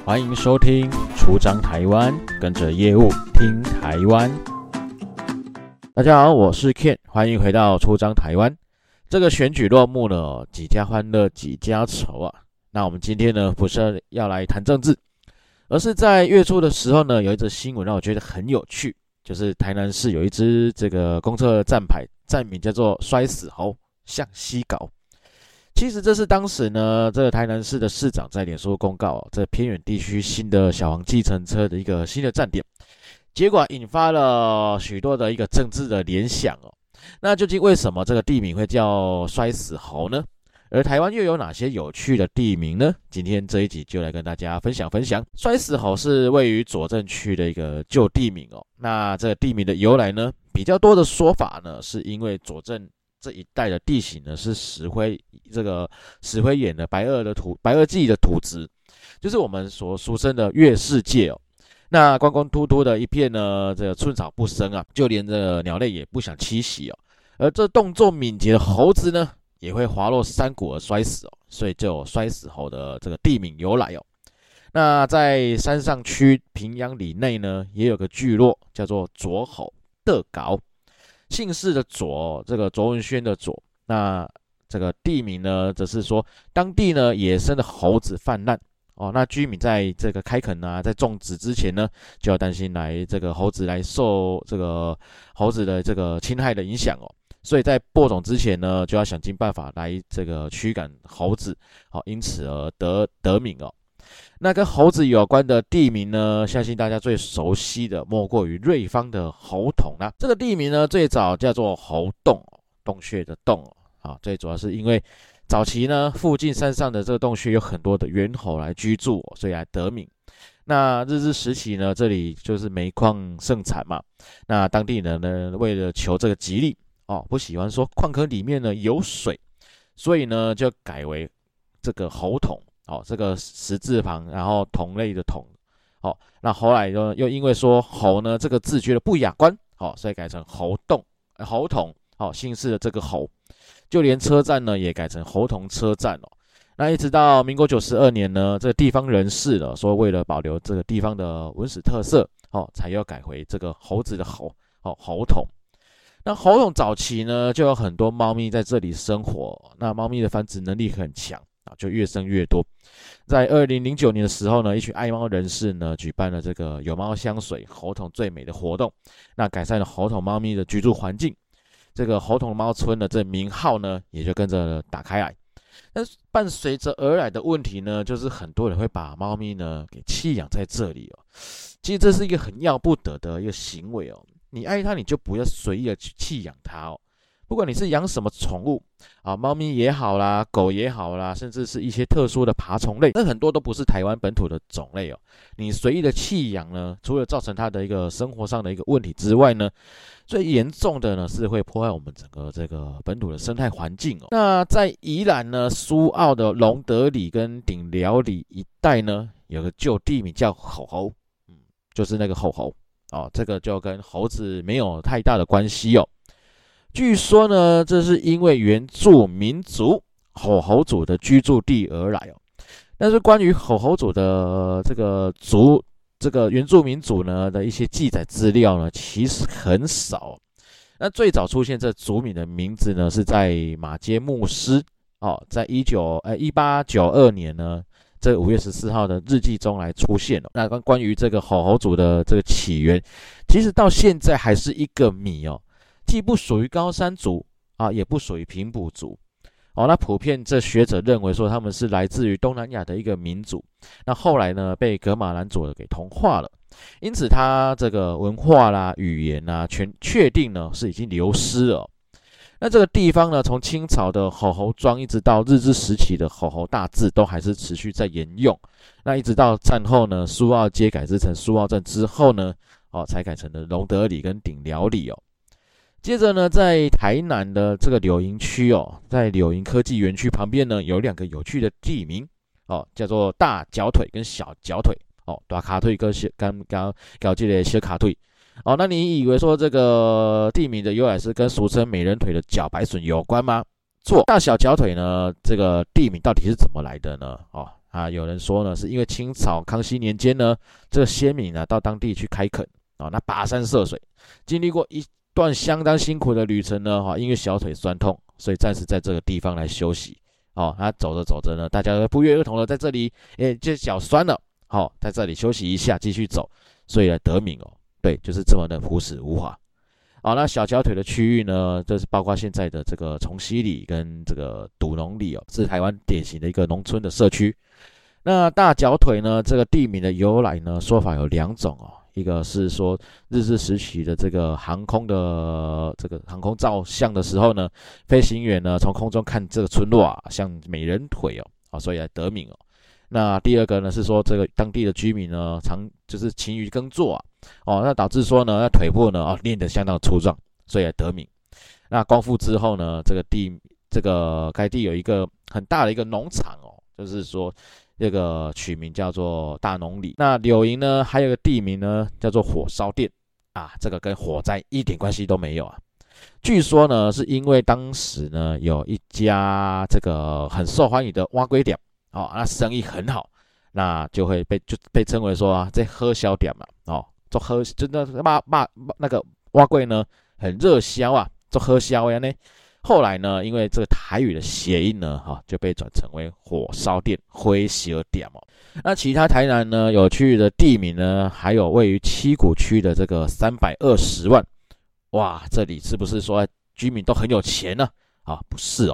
欢迎收听出张台湾，跟着业务听台湾。大家好，我是 Ken， 欢迎回到出张台湾。这个选举落幕了，几家欢乐几家愁啊。那我们今天呢，不是要来谈政治，而是在月初的时候呢，有一则新闻让我觉得很有趣，就是台南市有一支这个公车站牌，站名叫做摔死猴向西搞。其实这是当时呢，这个台南市的市长在脸书公告，这偏远地区新的小黄计程车的一个新的站点，结果引发了许多的一个政治的联想哦。那究竟为什么这个地名会叫摔死猴呢？而台湾又有哪些有趣的地名呢？今天这一集就来跟大家分享。摔死猴是位于左镇区的一个旧地名哦。那这个地名的由来呢，比较多的说法呢，是因为左镇这一带的地形呢是石灰岩的白垩纪的土质，就是我们所俗称的月世界哦。那光光秃秃的一片呢，这个寸草不生啊，就连这个鸟类也不想栖息哦。而这动作敏捷的猴子呢，也会滑落山谷而摔死哦，所以就有摔死猴的这个地名由来哦。那在山上区平阳里内呢，也有个聚落叫做左吼的搞。姓氏的左，这个卓文萱的左，那这个地名呢，则是说当地呢野生的猴子泛滥哦，那居民在这个开垦啊，在种植之前呢，就要担心这个猴子来受这个猴子的这个侵害的影响哦，所以在播种之前呢，就要想尽办法来这个驱赶猴子，好，因此而得名哦。那跟猴子有关的地名呢，相信大家最熟悉的莫过于瑞芳的猴桶啦。这个地名呢，最早叫做猴洞，洞穴的洞啊，最主要是因为早期呢，附近山上的这个洞穴有很多的猿猴来居住，所以来得名。那日治时期呢，这里就是煤矿盛产嘛，那当地人呢，为了求这个吉利哦，不喜欢说矿坑里面呢有水，所以呢就改为这个猴桶。哦，这个十字旁，然后同类的同，哦，那后来又因为说猴呢这个字觉得不雅观，哦，所以改成猴洞、猴桶，哦，姓氏的这个猴，就连车站呢也改成猴童车站哦。那一直到民国92年呢，这个地方人士了说，为了保留这个地方的文史特色，哦，才又改回这个猴子的猴，哦，猴桶。那猴桶早期呢，就有很多猫咪在这里生活，那猫咪的繁殖能力很强。就越生越多。在2009年的时候呢，一群爱猫人士呢举办了这个有猫香水猴桶最美的活动，那改善了猴桶猫咪的居住环境。这个猴桶猫村的这名号呢也就跟着打开来。但是伴随着而来的问题呢，就是很多人会把猫咪呢给弃养在这里哦。其实这是一个很要不得的一个行为哦。你爱它，你就不要随意的去弃养它哦。不管你是养什么宠物啊，猫咪也好啦，狗也好啦，甚至是一些特殊的爬虫类，那很多都不是台湾本土的种类哦。你随意的弃养呢，除了造成它的一个生活上的一个问题之外呢，最严重的呢是会破坏我们整个这个本土的生态环境哦。那在宜兰呢，苏澳的龙德里跟顶寮里一带呢，有个旧地名叫吼猴，就是那个吼猴哦，这个就跟猴子没有太大的关系哦。据说呢，这是因为原住民族吼猴族的居住地而来哦。但是关于吼猴族的这个原住民族呢的一些记载资料呢，其实很少。那最早出现这族名的名字呢，是在马街牧师哦，在1892年呢，这5月14号的日记中来出现哦。那关于这个吼猴族的这个起源，其实到现在还是一个谜哦。既不属于高山族啊，也不属于平埔族哦。那普遍这学者认为说他们是来自于东南亚的一个民族，那后来呢被噶玛兰族给同化了，因此他这个文化啦、语言啦，确定呢是已经流失了。那这个地方呢，从清朝的吼猴庄一直到日治时期的吼猴大字，都还是持续在沿用。那一直到战后呢，苏澳街改制成苏澳镇之后呢，哦，才改成了龙德里跟顶寮里哦。接着呢，在台南的这个柳营区哦，在柳营科技园区旁边呢，有2个有趣的地名哦，叫做大脚腿跟小脚腿哦，大卡腿跟搞这个小卡腿哦。那你以为说这个地名的由来是跟俗称美人腿的茭白笋有关吗？错。大小脚腿呢，这个地名到底是怎么来的呢？哦， 有人说呢，是因为清朝康熙年间呢，这个先民呢到当地去开垦那跋山涉水，经历过一段相当辛苦的旅程呢因为小腿酸痛，所以暂时在这个地方来休息他走着走着呢，大家不约而同的在这里这脚酸了在这里休息一下继续走，所以得名对，就是这么的朴实无华那小脚腿的区域呢，就是包括现在的这个崇禧里跟这个笃农里是台湾典型的一个农村的社区。那大脚腿呢，这个地名的由来呢，说法有2种一个是说日治时期的这个航空照相的时候呢，飞行员呢从空中看这个村落像美人腿所以来得名那第二个呢是说这个当地的居民呢就是勤于耕作那导致说呢那腿部呢练得相当粗壮，所以来得名。那光复之后呢，该地有一个很大的一个农场就是说这个取名叫做大农里。那柳营呢还有一个地名呢叫做火烧店这个跟火灾一点关系都没有据说呢是因为当时呢有一家这个很受欢迎的碗粿店那生意很好，那就被称为说这喝销店嘛就那个碗粿呢很热销做喝销呢。后来呢，因为这个台语的谐音呢就被转成为火烧店、火烧店那其他台南呢有趣的地名呢，还有位于七股区的这个320万。哇，这里是不是说居民都很有钱呢不是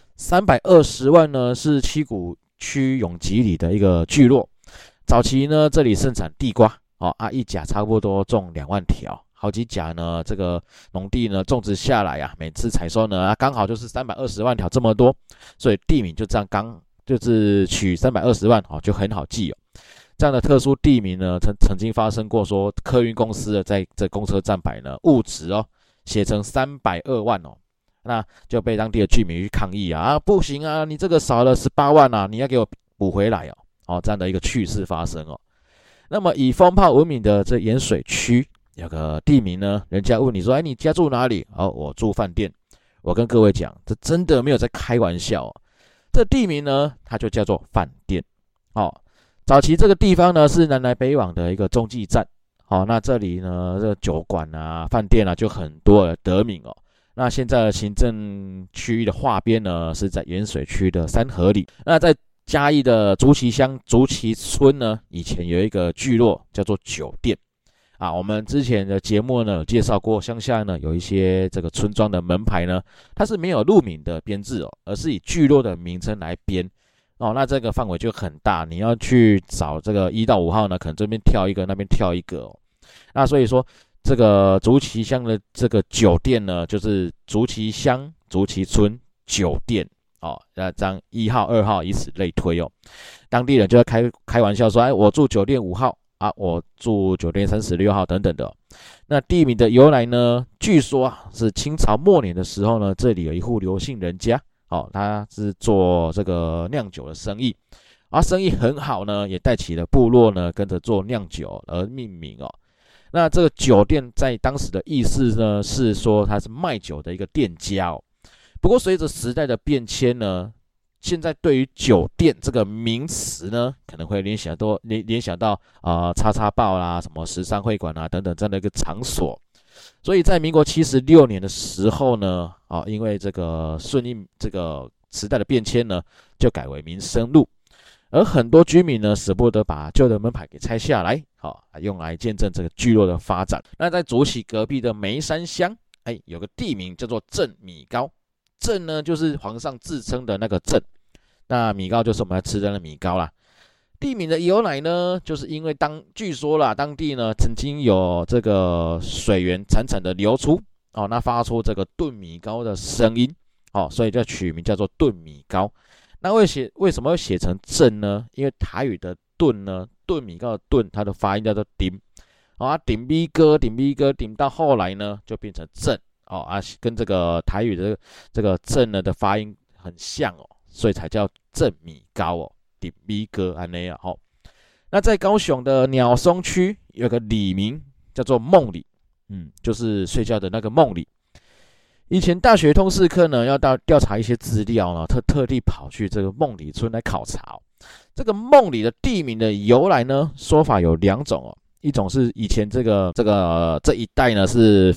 320万呢是七股区永吉里的一个聚落。早期呢这里盛产地瓜一甲差不多种2万条，好几甲呢这个农地呢种植下来每次采收呢刚好就是320万条这么多，所以地名就这样就是取320万就很好记这样的特殊地名呢曾经发生过说客运公司在这公车站牌呢误植写成320万那就被当地的居民去抗议不行你这个少了18万你要给我补回来这样的一个趣事发生那么以风炮闻名的这盐水区有个地名呢，人家问你说你家住哪里我住饭店。我跟各位讲，这真的没有在开玩笑这地名呢它就叫做饭店早期这个地方呢是南来北往的一个中继站那这里呢这个酒馆饭店就很多的得名那现在的行政区域的划边呢是在盐水区的三河里。那在嘉义的竹崎乡竹崎村呢，以前有一个聚落叫做酒店我们之前的节目呢有介绍过，乡下呢有一些这个村庄的门牌呢，它是没有路名的编制而是以聚落的名称来编那这个范围就很大，你要去找这个1到5号呢，可能这边跳一个，那边跳一个那所以说这个竹崎乡的这个酒店呢，就是竹崎乡竹崎村酒店那这样1号、2号以此类推当地人就会开玩笑说我住酒店5号我住酒店36号等等的那地名的由来呢，据说是清朝末年的时候呢，这里有一户刘姓人家他是做这个酿酒的生意生意很好呢，也带起了部落呢跟着做酿酒而命名那这个酒店在当时的意思呢是说它是卖酒的一个店家不过随着时代的变迁呢，现在对于酒店这个名词呢，可能会联想到叉叉报啦、什么时尚会馆等等这样的一个场所。所以在民国76年的时候呢，因为这个顺应这个时代的变迁呢，就改为民生路。而很多居民呢，舍不得把旧的门牌给拆下来，用来见证这个聚落的发展。那在竹崎隔壁的梅山乡，有个地名叫做镇米糕。镇呢就是皇上自称的那个镇，那米糕就是我们要吃的那米糕啦。地名的由来呢，就是因为据说啦，当地呢曾经有这个水源潺潺的流出那发出这个炖米糕的声音所以就取名叫做炖米糕。那为什么会写成镇呢？因为台语的炖呢，炖米糕的炖，它的发音叫做顶顶米糕，顶米糕，顶到后来呢就变成镇跟这个台语的这个镇呢的发音很像所以才叫镇米糕顶米糕安内那在高雄的鸟松区有个里名叫做梦里，就是睡觉的那个梦里。以前大学通识课呢要调查一些资料呢，特地跑去这个梦里村来考察这个梦里的地名的由来呢，说法有2种哦。一种是以前这一带呢是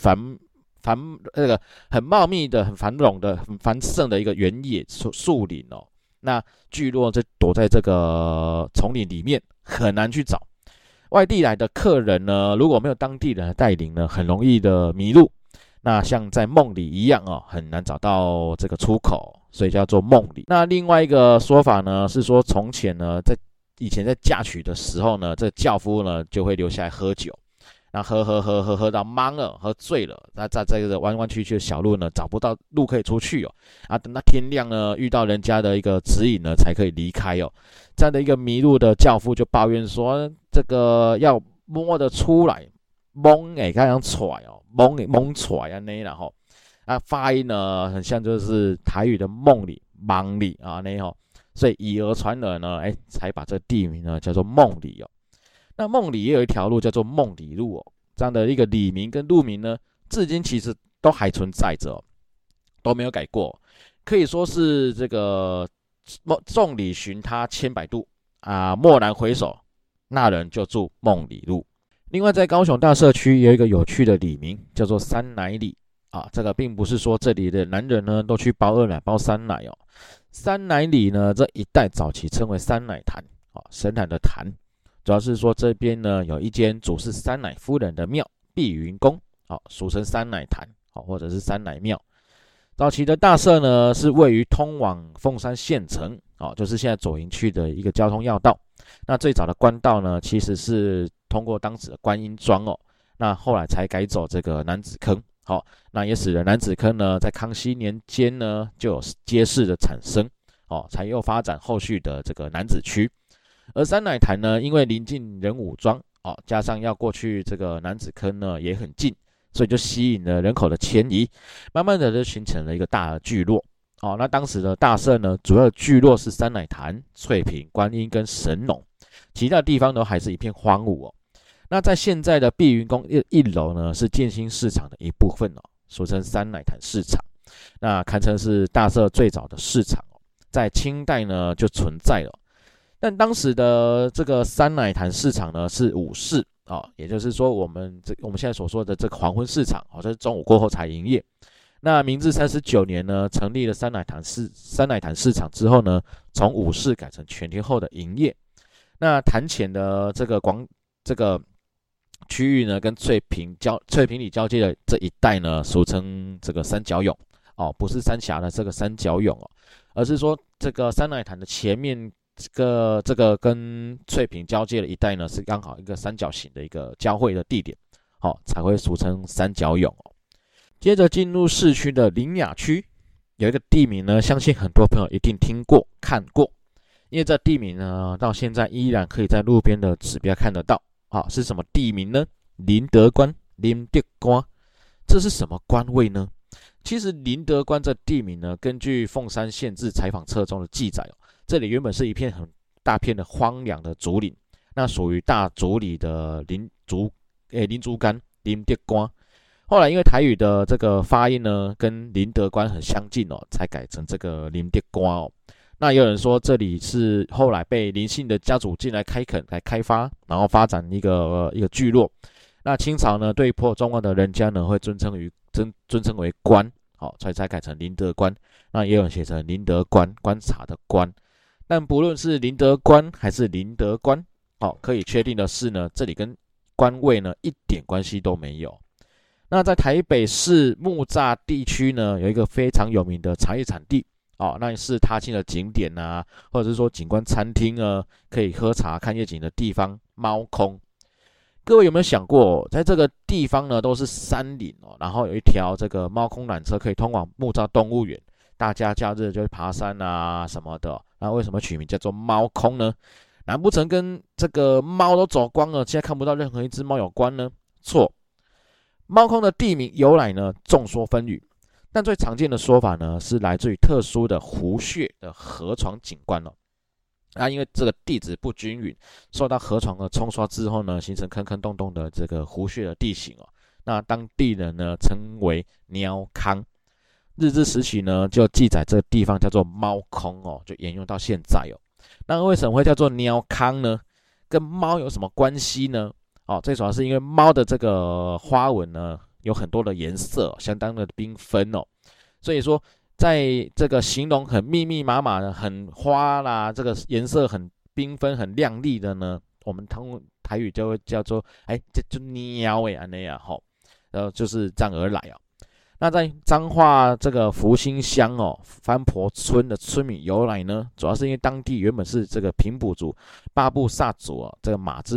很茂密的、很繁荣的、很繁盛的一个原野树林哦。那聚落就躲在这个丛林里面，很难去找。外地来的客人呢，如果没有当地人的带领呢，很容易的迷路。那像在梦里一样哦，很难找到这个出口，所以叫做梦里。那另外一个说法呢，是说从前呢，以前在嫁娶的时候呢，这个轿夫呢就会留下来喝酒，那喝到懵了，喝醉了，那在这个弯弯曲曲的小路呢，找不到路可以出去哦，等到天亮呢，遇到人家的一个指引呢，才可以离开哦。这样的一个迷路的轿夫就抱怨说，这个要摸得出来，蒙刚刚出来哦，蒙出来那然后发音呢，很像就是台语的梦里、忙里那吼。所以以讹传讹呢，才把这个地名呢叫做梦里哦。那梦里也有一条路叫做梦里路哦，这样的一个里名跟路名呢，至今其实都还存在着哦，都没有改过，可以说是这个众里寻他千百度蓦然回首，那人就住梦里路。另外，在高雄大社区有一个有趣的里名叫做三奶里这个并不是说这里的男人呢都去包二奶包三奶哦。三奶里呢这一带早期称为三奶坛神坛的坛，主要是说这边呢有一间主事三奶夫人的庙碧云宫俗称三奶坛或者是三奶庙。早期的大社呢是位于通往凤山县城就是现在左营区的一个交通要道。那最早的官道呢其实是通过当时的观音庄那后来才改走这个男子坑那也使得男子坑呢在康熙年间呢就有街市的产生才又发展后续的这个男子区。而三奶坛呢因为临近仁武庄加上要过去这个男子坑呢也很近，所以就吸引了人口的迁移，慢慢的就形成了一个大的聚落那当时的大社呢主要的聚落是三奶坛、翠屏、观音跟神农，其他地方都还是一片荒芜那在现在的碧云宫一楼呢，是建兴市场的一部分俗称三奶坛市场。那堪称是大社最早的市场在清代呢就存在了。但当时的这个三奶坛市场呢是午市也就是说我们现在所说的这个黄昏市场这是中午过后才营业。那明治39年呢成立了三奶坛市场之后呢，从午市改成全天候的营业。那坛前的这个区域呢，跟翠屏里交界的这一带呢，俗称这个三角涌不是三峡的这个三角涌而是说这个三奶坛的前面这个跟翠屏交界的一带呢，是刚好一个三角形的一个交汇的地点才会俗称三角涌接着进入市区的林雅区，有一个地名呢，相信很多朋友一定听过看过，因为这地名呢到现在依然可以在路边的指标看得到是什么地名呢？林德官，这是什么官位呢？其实林德官这地名呢，根据凤山县志采访册中的记载这里原本是一片很大片的荒凉的竹林，那属于大竹里的林竹竿林德官。后来因为台语的这个发音呢跟林德官很相近才改成这个林德官那也有人说这里是后来被林姓的家族进来开垦来开发，然后发展一个聚落。那清朝呢对颇重要的人家呢会尊称为官所以才改成林德官。那也有人写成林德官，观察的官。但不论是林德官还是林德官可以确定的是呢，这里跟官位呢一点关系都没有。那在台北市木栅地区呢有一个非常有名的茶叶产地那是踏青的景点或者是说景观餐厅可以喝茶看夜景的地方猫空。各位有没有想过在这个地方呢都是山林然后有一条这个猫空缆车可以通往木栅动物园，大家假日就会爬山什么的，那为什么取名叫做猫空呢？难不成跟这个猫都走光了，现在看不到任何一只猫有关呢？错，猫空的地名由来呢众说纷纭，但最常见的说法呢是来自于特殊的湖穴的河床景观因为这个地质不均匀，受到河床的冲刷之后呢，形成坑坑洞洞的这个湖穴的地形那当地人呢称为鸟康。日治时期呢就记载这个地方叫做猫空就沿用到现在那为什么会叫做鸟康呢？跟猫有什么关系呢？最主要是因为猫的这个花纹呢有很多的颜色，相当的缤纷哦。所以说，在这个形容很密密麻麻的、很花啦，这个颜色很缤纷、很亮丽的呢，我们台语就会叫做这就鸟安那样吼，就是这样而来哦。那在彰化这个福兴乡番婆村的村民由来呢，主要是因为当地原本是这个平埔族巴布萨族这个马兹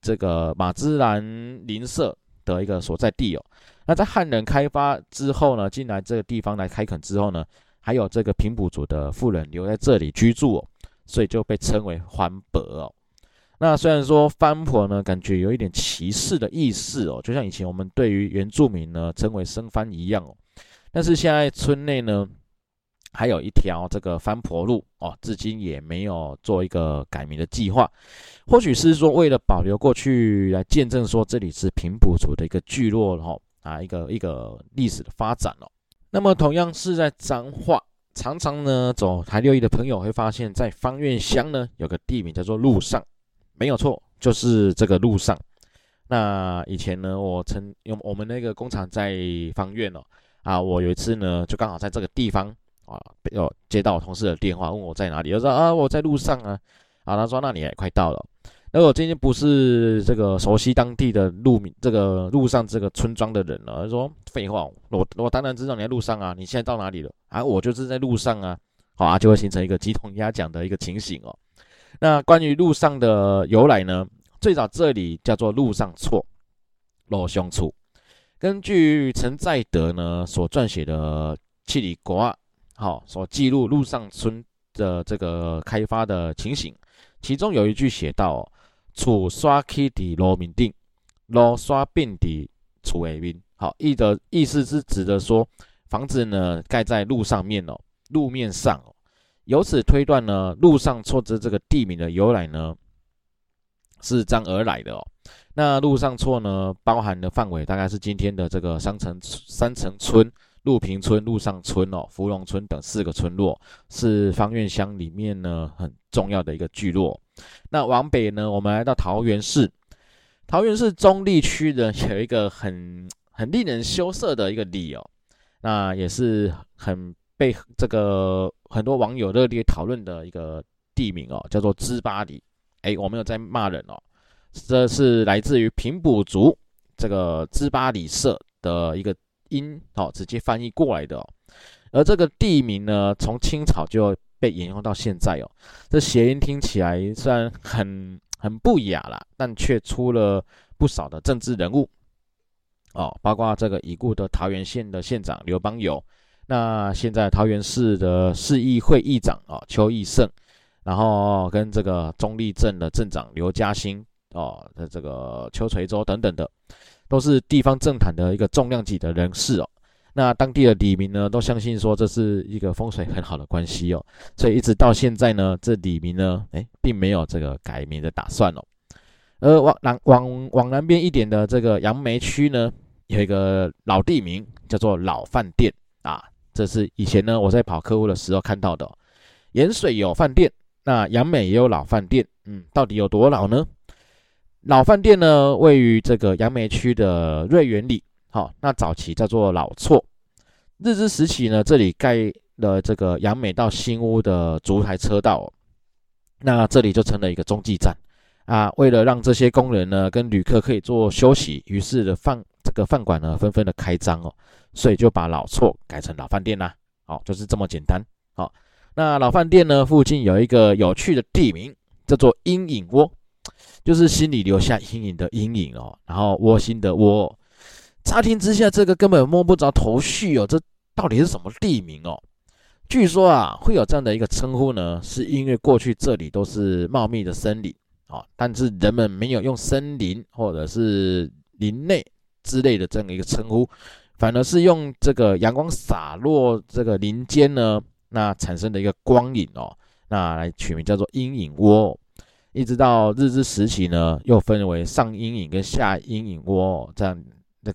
兰林社的一个所在地哦。那在汉人开发之后呢，进来这个地方来开垦之后呢，还有这个平埔族的妇人留在这里居住哦，所以就被称为番婆哦。那虽然说番婆呢，感觉有一点歧视的意思哦，就像以前我们对于原住民呢称为生番一样哦，但是现在村内呢还有一条这个番婆路哦，至今也没有做一个改名的计划，或许是说为了保留过去来见证说这里是平埔族的一个聚落一个历史的发展哦。那么同样是在彰化，常常呢走台6E的朋友会发现，在芳苑乡呢有个地名叫做路上。没有错，就是这个路上。那以前呢，因为我们那个工厂在芳苑我有一次呢，就刚好在这个地方有接到我同事的电话，问我在哪里，我说我在路上啊。他说那你也快到了。那我今天不是这个熟悉当地的这个路上这个村庄的人了，他说废话，我当然知道你在路上啊，你现在到哪里了我就是在路上啊，就会形成一个鸡同鸭讲的一个情形哦。那关于路上的由来呢，最早这里叫做路上厝路上厝。根据陈在德呢所撰写的七里国所记录路上村的这个开发的情形，其中有一句写到厝刷起伫路面顶，路刷变伫厝下面。意思是指的说房子呢盖在路上面路面上由此推断呢，路上厝的这个地名的由来呢，是这样而来的那路上厝呢，包含的范围大概是今天的这个三城村、路平村、路上村福隆村等4个村落，是芳苑乡里面呢很重要的一个聚落。那往北呢，我们来到桃园市。桃园市中坜区呢有一个很令人羞涩的一个里那也是很被这个很多网友热烈讨论的一个地名叫做芝巴里。我没有在骂人这是来自于平埔族这个芝巴里社的一个音直接翻译过来的而这个地名呢，从清朝就被沿用到现在这谐音听起来虽然很不雅啦，但却出了不少的政治人物包括这个已故的桃园县的县长刘邦友。那现在桃园市的市议会议长邱义胜，然后跟这个中坜镇的镇长刘嘉欣的这个邱垂洲等等的，都是地方政坛的一个重量级的人士那当地的里民呢，都相信说这是一个风水很好的关系所以一直到现在呢，这里民呢，并没有这个改名的打算而往南边一点的这个杨梅区呢，有一个老地名叫做老饭店这是以前呢我在跑客户的时候看到的盐水有饭店，那杨梅也有老饭店，到底有多老呢？老饭店呢位于这个杨梅区的瑞园里那早期叫做老厝。日治时期呢，这里盖了这个杨梅到新屋的竹台车道那这里就成了一个中继站为了让这些工人呢跟旅客可以做休息，于是这个饭馆呢纷纷的开张所以就把老厝改成老饭店啦就是这么简单那老饭店呢附近有一个有趣的地名叫做阴影窝，就是心里留下阴影的阴影然后窝心的窝乍听之下这个根本摸不着头绪这到底是什么地名据说会有这样的一个称呼呢，是因为过去这里都是茂密的森林但是人们没有用森林或者是林内之类的这样一个称呼，反而是用这个阳光洒落这个林间呢，那产生的一个光影那来取名叫做阴影窝一直到日治时期呢，又分为上阴影跟下阴影窝这样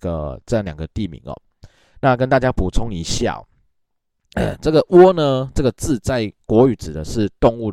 2个地名那跟大家补充一下这个窝呢，这个字在国语指的是动物的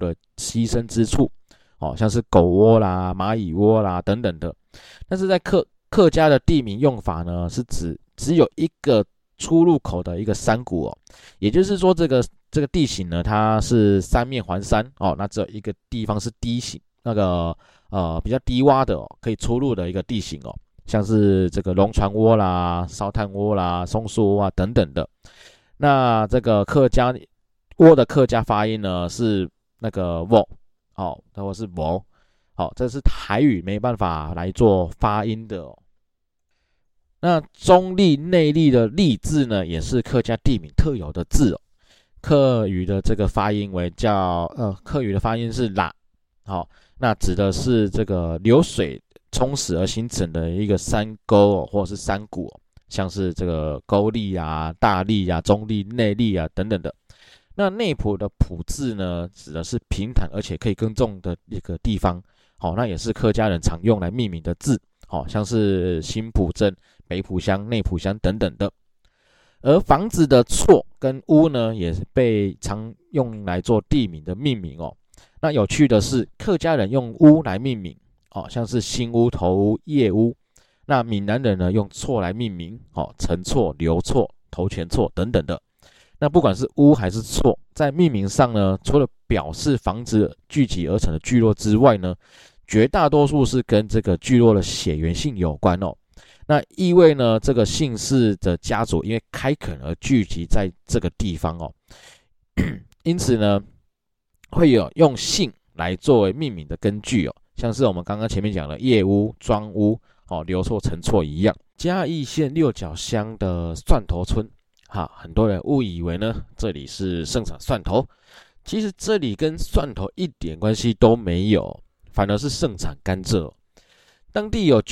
栖身之处，像是狗窝啦、蚂蚁窝啦等等的。但是在客家的地名用法呢，是指只有一个出入口的一个山谷也就是说这个地形呢，它是三面环山那只有一个地方是低形，那个比较低洼的可以出入的一个地形像是这个龙船窝啦、烧炭窝啦、松树窝等等的。那这个客家窝的客家发音呢是那个 wo 或是 wo 这是台语没办法来做发音的那中立内立的立字呢，也是客家地名特有的字客语的这个发音为客语的发音是啦那指的是这个流水冲蚀而形成的一个山沟或者是山谷像是这个沟立啊、大立啊、中立、内立啊等等的。那内埔的埔字呢，指的是平坦而且可以耕种的一个地方那也是客家人常用来命名的字像是新埔镇、北埔乡、内埔乡等等的。而房子的厝跟屋呢，也是被常用来做地名的命名那有趣的是，客家人用屋来命名像是新屋、头屋、叶屋。那闽南人呢，用厝来命名陈厝、刘厝、头前厝等等的。那不管是屋还是厝，在命名上呢，除了表示房子聚集而成的聚落之外呢，绝大多数是跟这个聚落的血缘性有关那意味呢，这个姓氏的家族因为开垦而聚集在这个地方因此呢，会有用姓来作为命名的根据像是我们刚刚前面讲的叶屋、庄屋、刘厝、陈厝一样。嘉义县六角乡的蒜头村很多人误以为呢，这里是盛产蒜头，其实这里跟蒜头一点关系都没有，反而是盛产甘蔗。当地有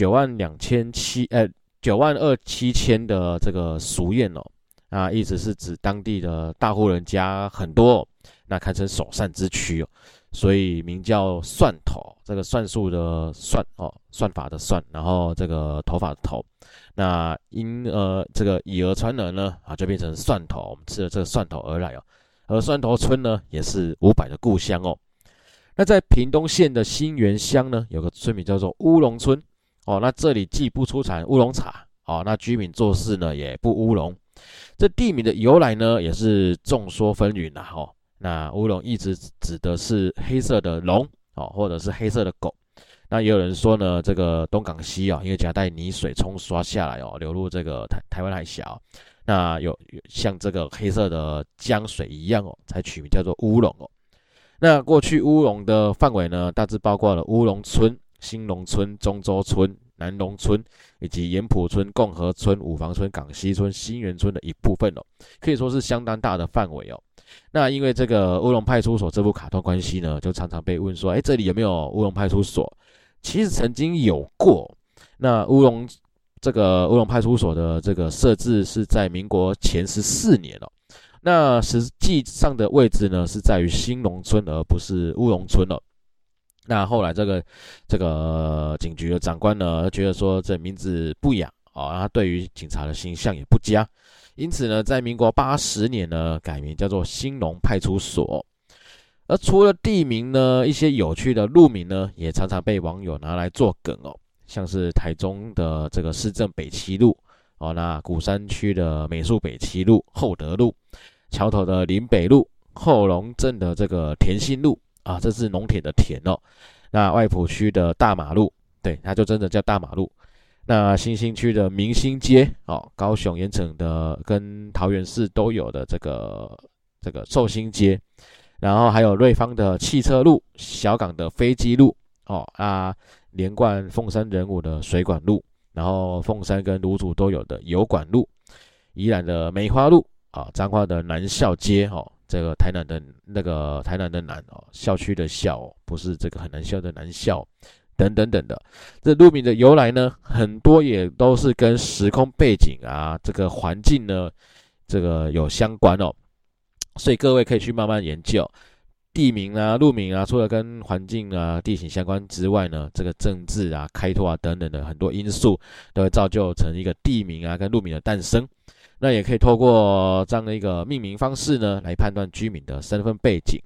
92700的这个俗谚意思是指当地的大户人家很多那堪称首善之区所以名叫蒜头，这个算术的算算法的算，然后这个头发的头，那因这个以讹传讹呢就变成蒜头，我们吃了这个蒜头而来而蒜头村呢也是伍佰的故乡那在屏东县的新园乡呢，有个村民叫做乌龙村那这里既不出产乌龙茶那居民做事呢也不乌龙。这地名的由来呢也是众说纷纭那乌龙一直指的是黑色的龙或者是黑色的狗。那也有人说呢，这个东港溪因为夹带泥水冲刷下来流入这个台湾海峡那有像这个黑色的江水一样才取名叫做乌龙那过去乌龙的范围呢，大致包括了乌龙村、新龙村、中州村、南龙村以及盐埔村、共和村、五房村、港西村、新园村的一部分可以说是相当大的范围那因为这个乌龙派出所这部卡通关系呢，就常常被问说这里有没有乌龙派出所。其实曾经有过，那乌龙派出所的这个设置是在民国前14年那实际上的位置呢是在于新龙村而不是乌龙村那后来这个警局的长官呢觉得说这名字不雅他对于警察的形象也不佳，因此呢在民国80年呢改名叫做新龙派出所。而除了地名呢，一些有趣的路名呢也常常被网友拿来做梗像是台中的这个市政北七路那鼓山区的美术北七路、厚德路，桥头的林北路，后龙镇的这个田心路这是农田的田那外埔区的大马路，对，它就真的叫大马路。那新兴区的明星街高雄盐埕的跟桃园市都有的这个寿星街，然后还有瑞芳的汽车路、小港的飞机路连贯凤山人武的水管路，然后凤山跟芦竹都有的油管路，宜兰的梅花路彰化的南校街这个台南的南校区的校不是这个很难笑的南校等等等的。这路名的由来呢，很多也都是跟时空背景这个环境呢这个有相关所以各位可以去慢慢研究地名路名除了跟环境地形相关之外呢，这个政治开拓等等的很多因素都会造就成一个地名跟路名的诞生。那也可以透过这样的一个命名方式呢来判断居民的身份背景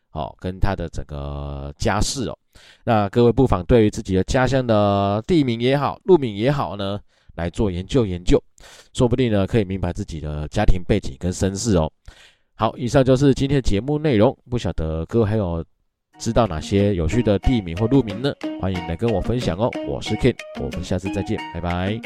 跟他的整个家世那各位不妨对于自己的家乡的地名也好，路名也好呢，来做研究，说不定呢可以明白自己的家庭背景跟身世好，以上就是今天的节目内容，不晓得各位还有知道哪些有趣的地名或路名呢？欢迎来跟我分享我是 Ken， 我们下次再见，拜拜。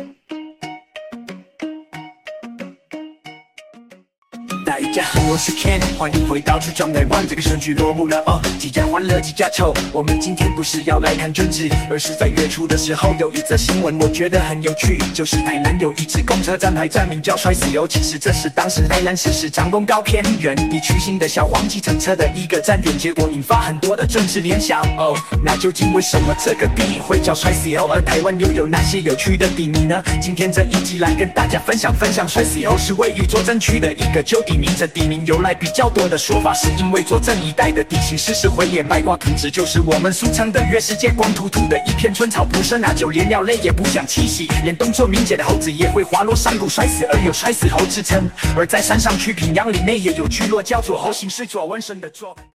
大家好，我是 Ken， 欢迎回到出张台湾。这个选举落幕了几家欢乐几家愁。我们今天不是要来看政治，而是在月初的时候有一则新闻，我觉得很有趣，就是台南有一支公车站牌站名叫摔死油。其实这是当时台南市市长公告偏远地区性的小黄计程车的一个站点，结果引发很多的政治联想那究竟为什么这个地名会叫摔死油？而台湾又有哪些有趣的地名呢？今天这一集来跟大家分享摔死油是位于左镇区的一个旧地名。这地名由来比较多的说法，是因为左镇一带的地形湿湿灰岩白瓜土质，就是我们俗称的月世界光秃秃的一片春草不生就连鸟类也不想栖息，连动作敏捷的猴子也会滑落山谷摔死，而有摔死猴之称。而在山上区平阳里内也有聚落叫做猴形水左纹身的座。